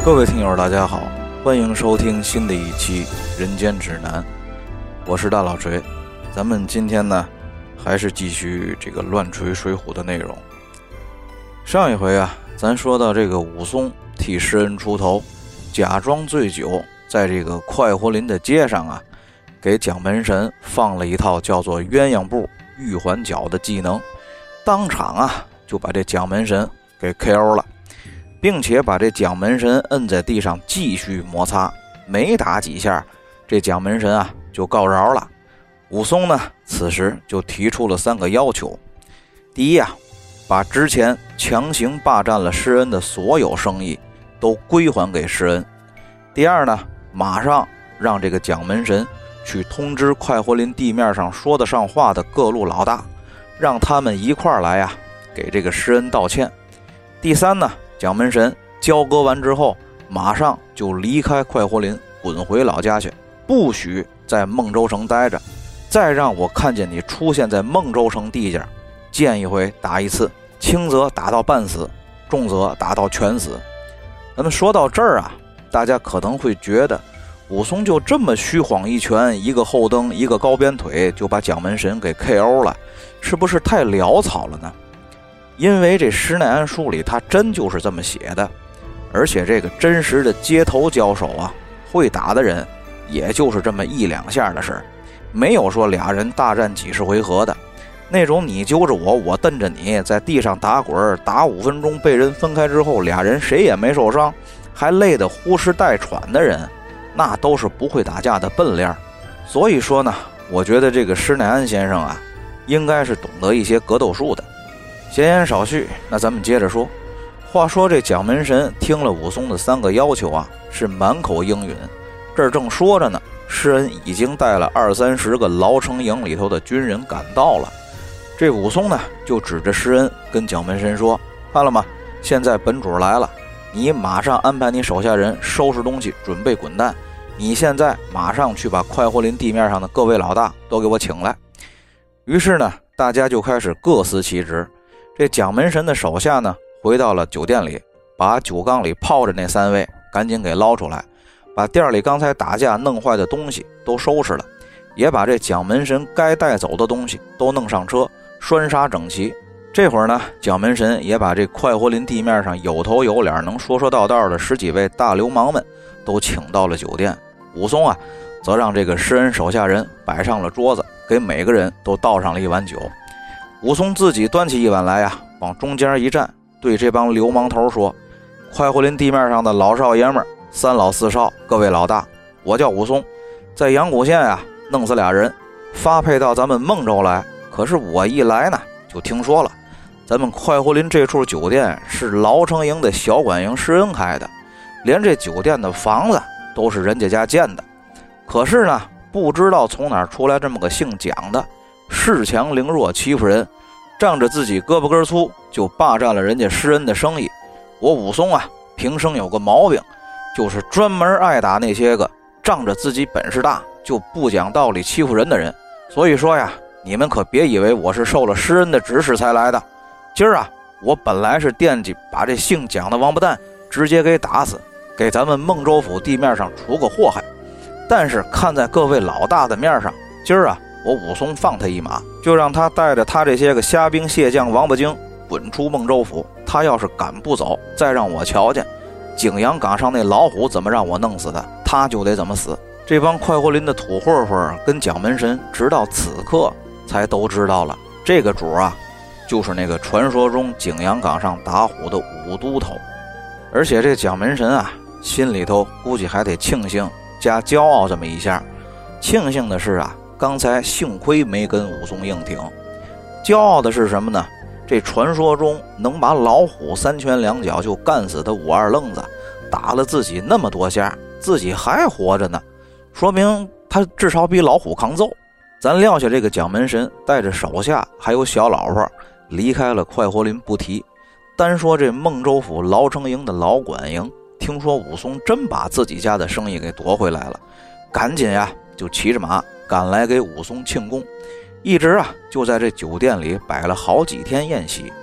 各位听友大家好，欢迎收听新的一期人间指南，我是大老锤。咱们今天呢还是继续这个乱锤水浒的内容。上一回啊，咱说到这个武松替施恩出头，假装醉酒，在这个快活林的街上啊，给蒋门神放了一套叫做鸳鸯步玉环脚的技能，当场啊就把这蒋门神给 KO 了，并且把这蒋门神摁在地上继续摩擦，没打几下，这蒋门神啊就告饶了。武松呢此时就提出了3个要求。第一啊，把之前强行霸占了施恩的所有生意都归还给施恩。第二呢，马上让这个蒋门神去通知快活林地面上说得上话的各路老大，让他们一块儿来啊给这个施恩道歉。第三呢，蒋门神交割完之后，马上就离开快活林，滚回老家去，不许在孟州城待着。再让我看见你出现在孟州城地界，见一回打一次，轻则打到半死，重则打到全死。那么说到这儿啊，大家可能会觉得武松就这么虚晃一拳，一个后蹬，一个高鞭腿，就把蒋门神给 KO 了，是不是太潦草了呢？因为这施耐庵书里他真就是这么写的，而且这个真实的街头交手啊，会打的人也就是这么1-2下的事儿，没有说俩人大战几十回合的那种，你揪着我，我瞪着你，在地上打滚打5分钟，被人分开之后俩人谁也没受伤，还累得呼哧带喘的人，那都是不会打架的笨练。所以说呢，我觉得这个施耐庵先生啊，应该是懂得一些格斗术的。闲言少叙，那咱们接着说。话说这蒋门神听了武松的3个要求啊，是满口应允。这儿正说着呢，施恩已经带了20-30个牢城营里头的军人赶到了。这武松呢就指着施恩跟蒋门神说，看了吗，现在本主来了，你马上安排你手下人收拾东西准备滚蛋，你现在马上去把快活林地面上的各位老大都给我请来。于是呢，大家就开始各司其职。这蒋门神的手下呢回到了酒店里，把酒缸里泡着那3位赶紧给捞出来，把店里刚才打架弄坏的东西都收拾了，也把这蒋门神该带走的东西都弄上车，拴杀整齐。这会儿呢，蒋门神也把这快活林地面上有头有脸能说说道道的10几位大流氓们都请到了酒店。武松啊则让这个施恩手下人摆上了桌子，给每个人都倒上了1碗酒。武松自己端起1碗来啊，往中间一站，对这帮流氓头说，快活林地面上的老少爷们3老4少，各位老大，我叫武松，在阳谷县啊弄死俩人，发配到咱们孟州来。可是我一来呢就听说了，咱们快活林这处酒店是牢城营的小管营施恩开的，连这酒店的房子都是人家建的。可是呢，不知道从哪儿出来这么个姓蒋的，恃强凌弱，欺负人，仗着自己胳膊根粗就霸占了人家施恩的生意。我武松啊平生有个毛病，就是专门爱打那些个仗着自己本事大就不讲道理欺负人的人。所以说呀，你们可别以为我是受了施恩的指使才来的。今儿啊，我本来是惦记把这姓蒋的王八蛋直接给打死，给咱们孟州府地面上除个祸害，但是看在各位老大的面上，今儿啊我武松放他一马，就让他带着他这些个虾兵蟹将王八精滚出孟州府。他要是赶不走，再让我瞧见景阳冈上那老虎怎么让我弄死的，他就得怎么死。这帮快活林的土混混跟蒋门神直到此刻才都知道了，这个主啊就是那个传说中景阳冈上打虎的武都头。而且这蒋门神啊心里头估计还得庆幸加骄傲这么一下。庆幸的是啊，刚才幸亏没跟武松硬挺。骄傲的是什么呢？这传说中能把老虎3拳2脚就干死的武二愣子，打了自己那么多下，自己还活着呢，说明他至少比老虎抗揍。咱撂下这个蒋门神带着手下还有小老婆离开了快活林不提，单说这孟州府牢城营的老管营，听说武松真把自己家的生意给夺回来了，赶紧呀就骑着马赶来给武松庆功。一直啊就在这酒店里摆了好几天宴席，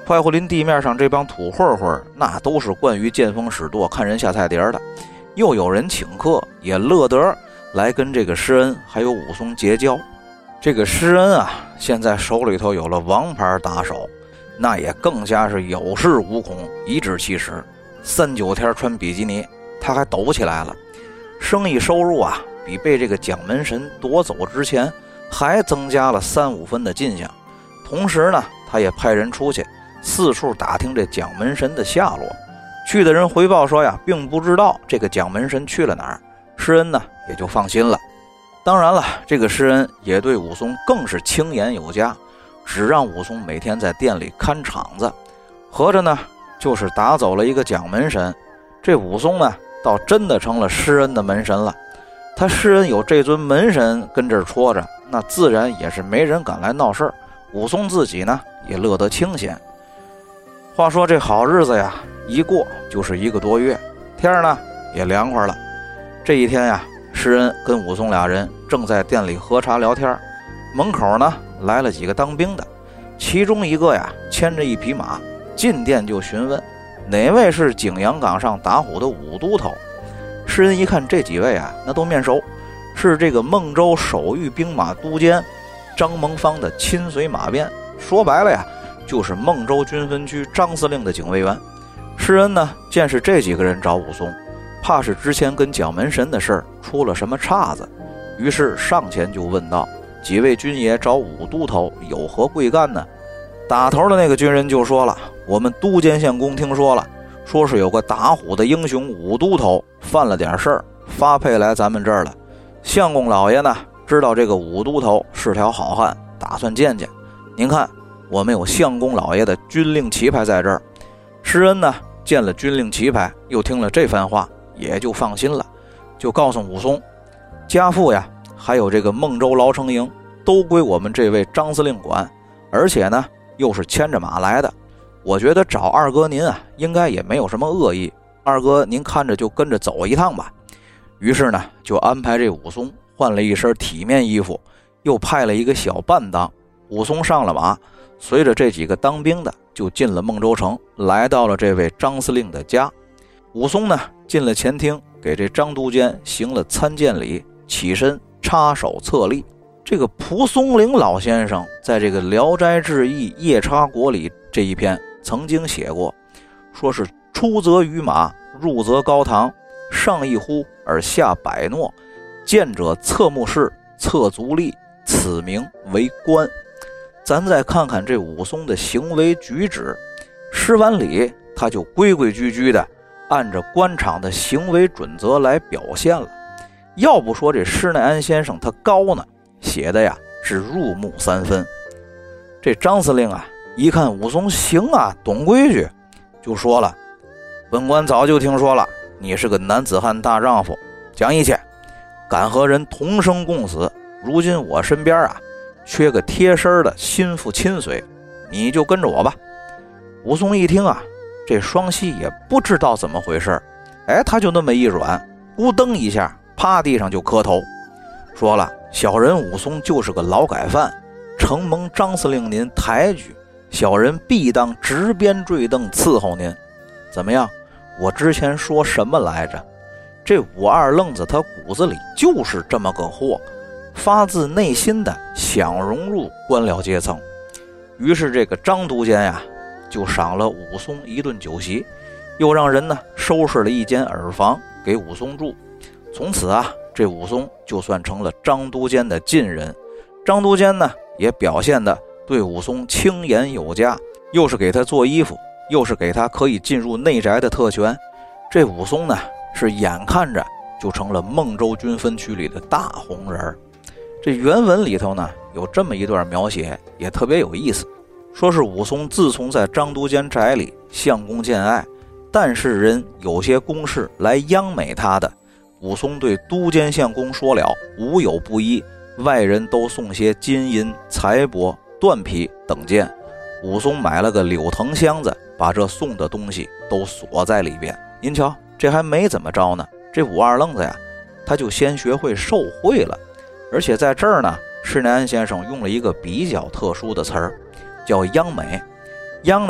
怀湖林地面上这帮土混混，那都是惯于见风使舵、看人下菜碟的，又有人请客，也乐得来跟这个施恩还有武松结交。这个施恩啊，现在手里头有了王牌打手，那也更加是有恃无恐，颐指气使。3-9天穿比基尼，他还抖起来了。生意收入啊，比被这个蒋门神夺走之前还增加了3-5分的进项。同时呢，他也派人出去四处打听这蒋门神的下落。去的人回报说呀，并不知道这个蒋门神去了哪儿。施恩呢也就放心了。当然了，这个施恩也对武松更是轻言有加，只让武松每天在店里看场子，合着呢就是打走了一个蒋门神。这武松呢倒真的成了施恩的门神了。他施恩有这尊门神跟这儿戳着，那自然也是没人敢来闹事儿。武松自己呢也乐得清闲。话说这好日子呀，一过就是1个多月，天呢也凉快了。这一天呀，施恩跟武松俩人正在店里喝茶聊天，门口呢来了几个当兵的，其中一个呀牵着一匹马，进店就询问哪位是景阳冈上打虎的武都头。施恩一看这几位啊，那都面熟，是这个孟州守御兵马都监张蒙方的亲随马便，说白了呀，就是孟州军分区张司令的警卫员。施恩呢见是这几个人找武松，怕是之前跟蒋门神的事儿出了什么岔子，于是上前就问道：几位军爷找武都头有何贵干呢？打头的那个军人就说了：我们都监县公听说了，说是有个打虎的英雄武都头犯了点事儿，发配来咱们这儿了。相公老爷呢知道这个武都头是条好汉，打算见见。您看我们有相公老爷的军令旗牌在这儿。施恩呢见了军令旗牌，又听了这番话，也就放心了，就告诉武松，家父呀还有这个孟州牢城营都归我们这位张司令管，而且呢又是牵着马来的。我觉得找二哥您啊应该也没有什么恶意，二哥您看着就跟着走一趟吧。于是呢就安排这武松换了一身体面衣服，又派了一个小伴当。武松上了马，随着这几个当兵的就进了孟州城，来到了这位张司令的家。武松呢进了前厅，给这张都监行了参见礼，起身插手册立。这个蒲松龄老先生在这个《聊斋志异·夜叉国》里这一篇曾经写过，说是出则于马，入则高堂，上一呼而下百诺，见者侧目视，侧足立，此名为官。咱再看看这武松的行为举止，施完礼他就规规矩矩的按着官场的行为准则来表现了。要不说这施耐庵先生他高呢，写的呀是入木3分。这张司令啊一看武松行啊，懂规矩，就说了：本官早就听说了，你是个男子汉大丈夫，讲义气，敢和人同生共死。如今我身边啊缺个贴身的心腹亲随，你就跟着我吧。武松一听啊，这双膝也不知道怎么回事，他就那么一软，咕噔一下趴地上就磕头，说了：小人武松就是个劳改犯，承蒙张司令您抬举，小人必当执鞭坠镫伺候您。怎么样，我之前说什么来着？这武二愣子他骨子里就是这么个货，发自内心的想融入官僚阶层。于是这个张都监呀就赏了武松一顿酒席，又让人呢收拾了一间耳房给武松住。从此啊，这武松就算成了张都监的近人。张都监呢也表现的对武松轻言有加，又是给他做衣服，又是给他可以进入内宅的特权。这武松呢是眼看着就成了孟州军分区里的大红人。这原文里头呢有这么一段描写，也特别有意思，说是武松自从在张都监宅里相公见爱，但是人有些公事来央美他的，武松对都监相公说了，无有不依，外人都送些金银财帛缎皮等件。武松买了个柳藤箱子，把这送的东西都锁在里边。您瞧，这还没怎么着呢，这武二愣子呀他就先学会受贿了。而且在这儿呢，施耐庵先生用了一个比较特殊的词儿，叫央美。央呢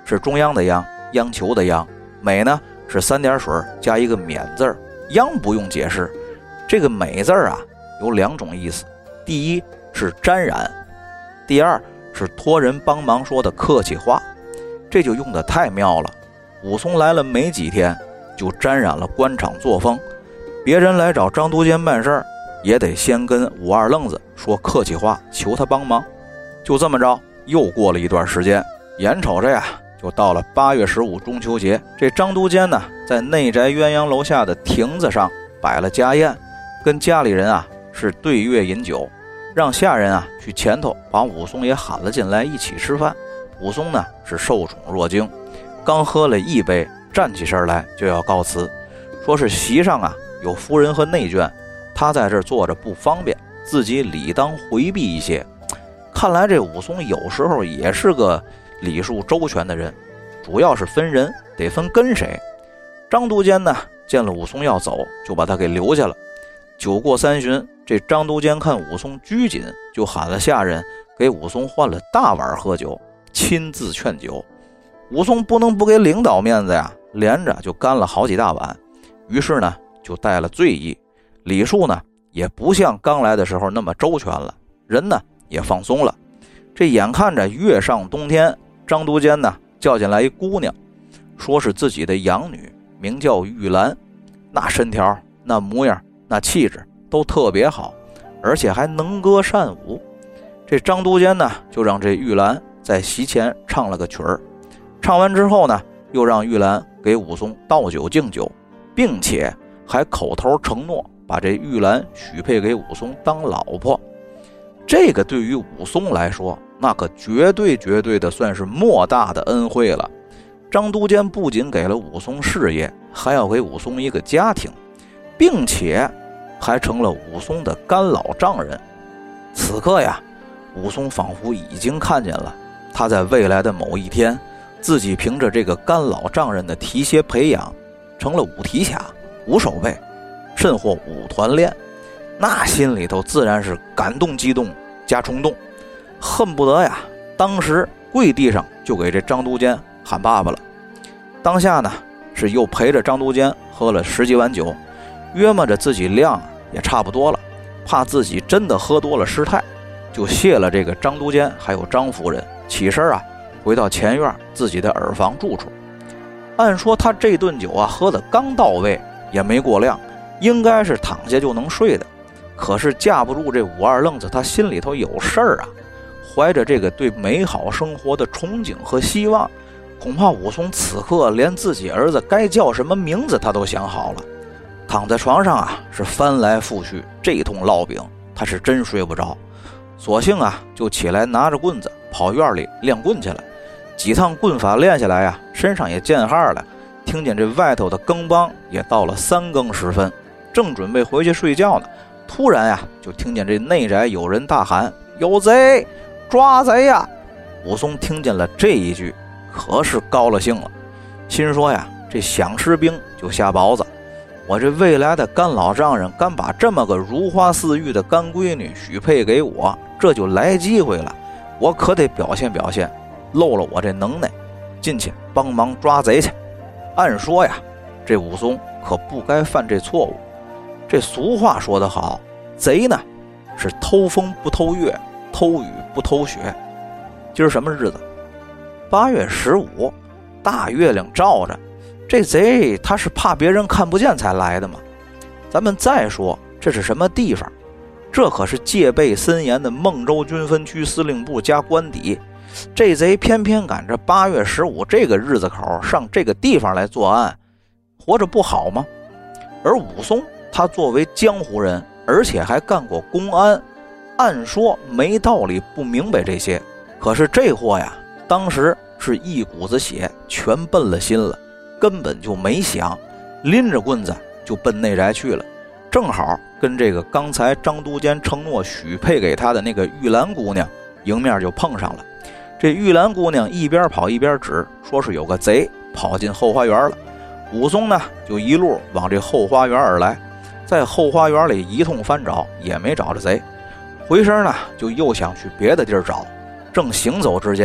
是中央的央，央求的央，美呢是3点水加一个免字儿。央不用解释，这个美字啊有2种意思，第一是沾染，第二是托人帮忙说的客气话，这就用得太妙了。武松来了没几天，就沾染了官场作风，别人来找张都监办事儿，也得先跟武二愣子说客气话，求他帮忙。就这么着，又过了一段时间，眼瞅着呀，就到了8月15中秋节。这张都监呢，在内宅鸳鸯楼下的亭子上摆了家宴，跟家里人啊是对月饮酒，让下人啊去前头把武松也喊了进来一起吃饭。武松呢是受宠若惊，刚喝了1杯，站起身来就要告辞，说是席上啊有夫人和内眷，他在这儿坐着不方便，自己理当回避一些。看来这武松有时候也是个礼数周全的人，主要是分人，得分跟谁。张都监呢见了武松要走，就把他给留下了。酒过3巡，这张都监看武松拘谨，就喊了下人给武松换了大碗喝酒，亲自劝酒。武松不能不给领导面子呀，连着就干了好几大碗，于是呢就带了醉意，礼数呢也不像刚来的时候那么周全了，人呢也放松了。这眼看着月上冬天，张都监呢叫进来一姑娘，说是自己的养女，名叫玉兰，那身条那模样那气质都特别好，而且还能歌善舞。这张都监呢就让这玉兰在席前唱了个曲儿，唱完之后呢又让玉兰给武松倒酒敬酒，并且还口头承诺把这玉兰许配给武松当老婆。这个对于武松来说，那可绝对的算是莫大的恩惠了。张都监不仅给了武松事业，还要给武松一个家庭，并且还成了武松的干老丈人。此刻呀，武松仿佛已经看见了他在未来的某一天，自己凭着这个干老丈人的提携培养，成了武提辖、武守备，甚或武团练，那心里头自然是感动激动加冲动，恨不得呀当时跪地上就给这张都监喊爸爸了。当下呢是又陪着张都监喝了10几碗酒，约摸着自己量也差不多了，怕自己真的喝多了失态，就谢了这个张都监还有张夫人，起身啊回到前院自己的耳房住处。按说他这顿酒啊喝的刚到位，也没过量，应该是躺下就能睡的。可是架不住这武二愣子他心里头有事儿啊，怀着这个对美好生活的憧憬和希望，恐怕武松此刻连自己儿子该叫什么名字他都想好了。躺在床上啊是翻来覆去，这通烙饼他是真睡不着，索性啊就起来拿着棍子跑院里练棍去了。几趟棍法练下来呀，身上也见汗了，听见这外头的更梆也到了3更时分，正准备回去睡觉呢，突然呀就听见这内宅有人大喊：有贼，抓贼呀！武松听见了这一句，可是高了兴了，心说呀，这想吃兵就下雹子，我这未来的干老丈人敢把这么个如花似玉的干闺女许配给我，这就来机会了，我可得表现表现，露了我这能耐，进去帮忙抓贼去。按说呀，这武松可不该犯这错误。这俗话说得好，贼呢是偷风不偷月，偷雨不偷雪。今儿什么日子？8月15，大月亮照着，这贼他是怕别人看不见才来的嘛。咱们再说这是什么地方？这可是戒备森严的孟州军分区司令部加官邸，这贼偏偏赶着8月15这个日子口上这个地方来作案，活着不好吗？而武松他作为江湖人，而且还干过公安，按说没道理不明白这些。可是这货呀，当时是一股子血全奔了心了，根本就没想，拎着棍子就奔内宅去了，正好跟这个刚才张都监承诺许配给他的那个玉兰姑娘迎面就碰上了。这玉兰姑娘一边跑一边指，说是有个贼跑进后花园了。武松呢就一路往这后花园而来，在后花园里一通翻找也没找着贼，回身呢就又想去别的地儿找。正行走之间啊，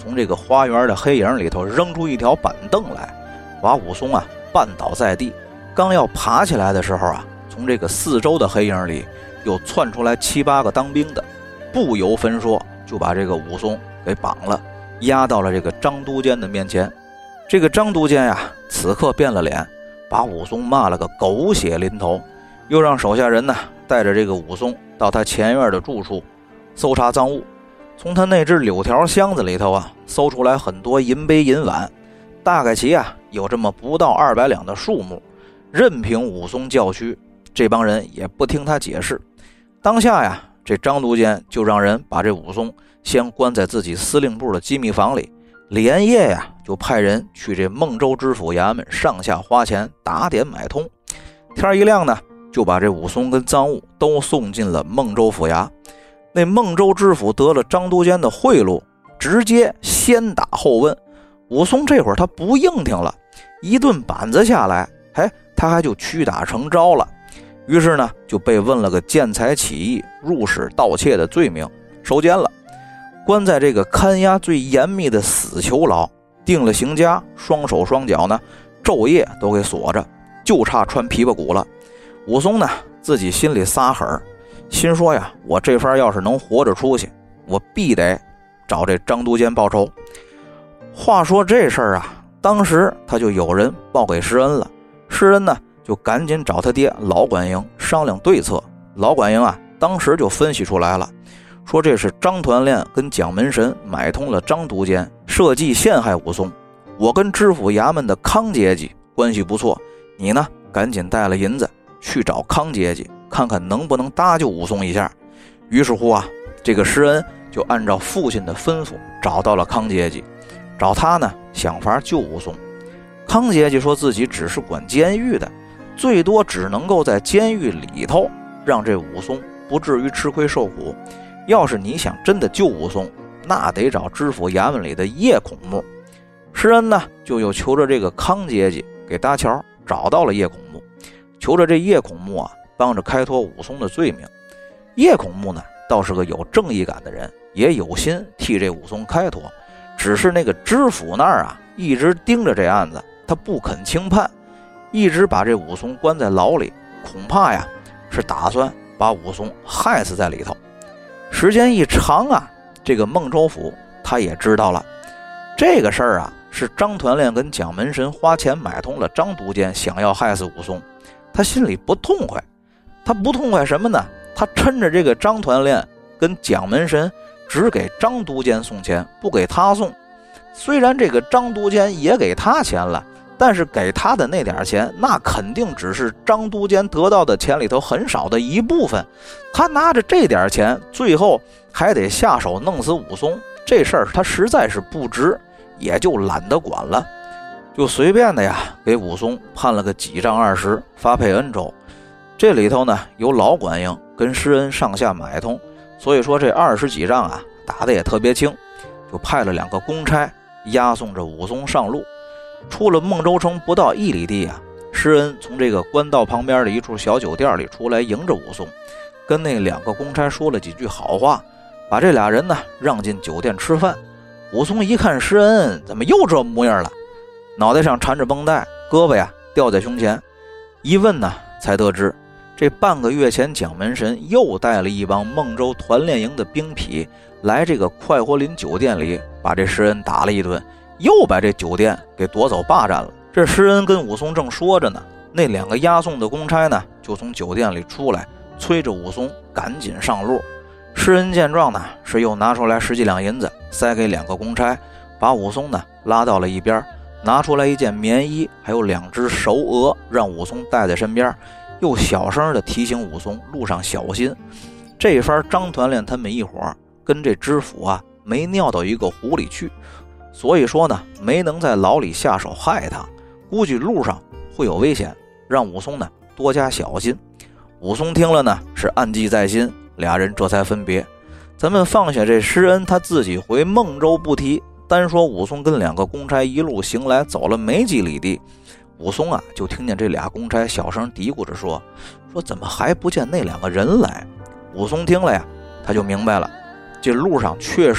从这个花园的黑影里头扔出一条板凳来，把武松啊绊倒在地。刚要爬起来的时候啊，从这个四周的黑影里又窜出来7、8个当兵的，不由分说就把这个武松给绑了，押到了这个张都监的面前。这个张都监呀，此刻变了脸，把武松骂了个狗血淋头，又让手下人呢带着这个武松到他前院的住处搜查赃物。从他那只柳条箱子里头啊，搜出来很多银杯银碗，大概其啊有这么不到200两的数目。任凭武松叫屈，这帮人也不听他解释。当下呀，这张都监就让人把这武松先关在自己司令部的机密房里，连夜呀就派人去这孟州知府衙门上下花钱打点买通。天一亮呢，就把这武松跟赃物都送进了孟州府衙。那孟州知府得了张都监的贿赂，直接先打后问。武松这会儿他不硬挺了，一顿板子下来，他还就屈打成招了。于是呢，就被问了个见财起意、入室盗窃的罪名，收监了，关在这个看押最严密的死囚牢，定了刑枷，双手双脚呢昼夜都给锁着，就差穿琵琶骨了。武松呢自己心里撒狠，心说呀，我这番要是能活着出去，我必得找这张都监报仇。话说这事儿啊，当时他就有人报给施恩了，施恩呢就赶紧找他爹老管营商量对策。老管营啊当时就分析出来了，说这是张团练跟蒋门神买通了张都监，设计陷害武松。我跟知府衙门的康阶级关系不错，你呢赶紧带了银子去找康阶级，看看能不能搭救武松一下。于是乎啊，这个施恩就按照父亲的吩咐找到了康阶级，找他呢想法救武松。康阶级说自己只是管监狱的，最多只能够在监狱里头让这武松不至于吃亏受苦，要是你想真的救武松，那得找知府衙门里的叶孔目。施恩呢就又求着这个康阶级给搭桥找到了叶孔目，求着这叶孔目啊帮着开脱武松的罪名。叶孔目呢倒是个有正义感的人，也有心替这武松开脱，只是那个知府那儿啊一直盯着这案子，他不肯轻判，一直把这武松关在牢里，恐怕呀是打算把武松害死在里头。时间一长啊，这个孟州府他也知道了这个事儿啊，是张团练跟蒋门神花钱买通了张都监，想要害死武松。他心里不痛快，他不痛快什么呢？他趁着这个张团练跟蒋门神只给张都监送钱，不给他送。虽然这个张都监也给他钱了，但是给他的那点钱，那肯定只是张都监得到的钱里头很少的一部分。他拿着这点钱，最后还得下手弄死武松，这事儿他实在是不值，也就懒得管了，就随便的呀给武松判了个几丈20，发配恩州。这里头呢有老管营跟施恩上下买通，所以说这20几仗啊打得也特别轻，就派了2个公差押送着武松上路。出了孟州城不到1里地啊，施恩从这个官道旁边的一处小酒店里出来迎着武松，跟那2个公差说了几句好话，把这俩人呢让进酒店吃饭。武松一看施恩怎么又这模样了，脑袋上缠着绷带，胳膊呀吊在胸前，一问呢才得知这半个月前蒋门神又带了一帮孟州团练营的兵痞来这个快活林酒店里，把这施恩打了一顿，又把这酒店给夺走霸占了。这施恩跟武松正说着呢，那2个押送的公差呢就从酒店里出来，催着武松赶紧上路。施恩见状呢，是又拿出来10几两银子塞给2个公差，把武松呢拉到了一边，拿出来一件棉衣，还有2只熟鹅，让武松带在身边，又小声的提醒武松路上小心。这番张团练他们一伙跟这知府啊没尿到一个壶里去，所以说呢没能在牢里下手害他，估计路上会有危险，让武松呢多加小心。武松听了呢是暗记在心，俩人这才分别。咱们放下这施恩他自己回孟州不提，单说武松跟2个公差一路行来，走了没几里地，武松啊就听见这俩公差小声嘀咕着说怎么还不见那2个人来。武松听了呀，他就明白了，这路上确实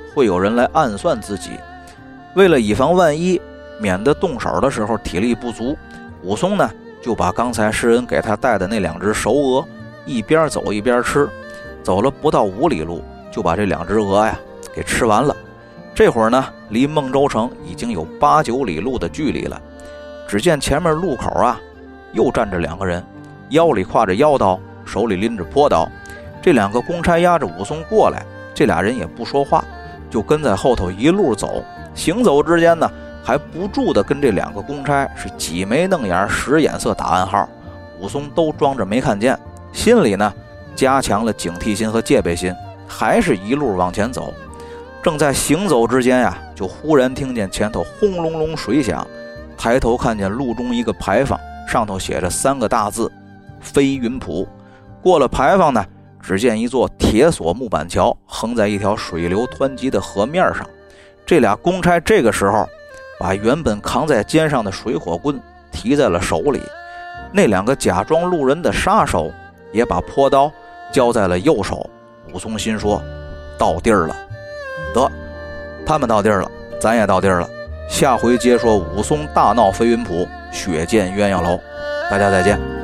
会有人来暗算自己。为了以防万一，免得动手的时候体力不足，武松呢就把刚才诗人给他带的那2只熟鹅一边走一边吃，走了不到5里路，就把这2只鹅呀给吃完了。这会儿呢，离孟州城已经有8、9里路的距离了。只见前面路口啊，又站着2个人，腰里挎着腰刀，手里拎着坡刀。这2个公差押着武松过来，这俩人也不说话，就跟在后头一路走。行走之间呢，还不住的跟这2个公差是挤眉弄眼，使眼色，打暗号。武松都装着没看见，心里呢加强了警惕心和戒备心，还是一路往前走。正在行走之间呀，就忽然听见前头轰隆隆水响，抬头看见路中一个牌坊，上头写着3个大字飞云浦。过了牌坊呢，只见一座铁索木板桥横在一条水流湍急的河面上。这俩公差这个时候把原本扛在肩上的水火棍提在了手里，那2个假装路人的杀手也把坡刀交在了右手。武松心说，到地儿了，得，他们到地儿了，咱也到地儿了。下回接说武松大闹飞云浦，血溅鸳鸯楼。大家再见。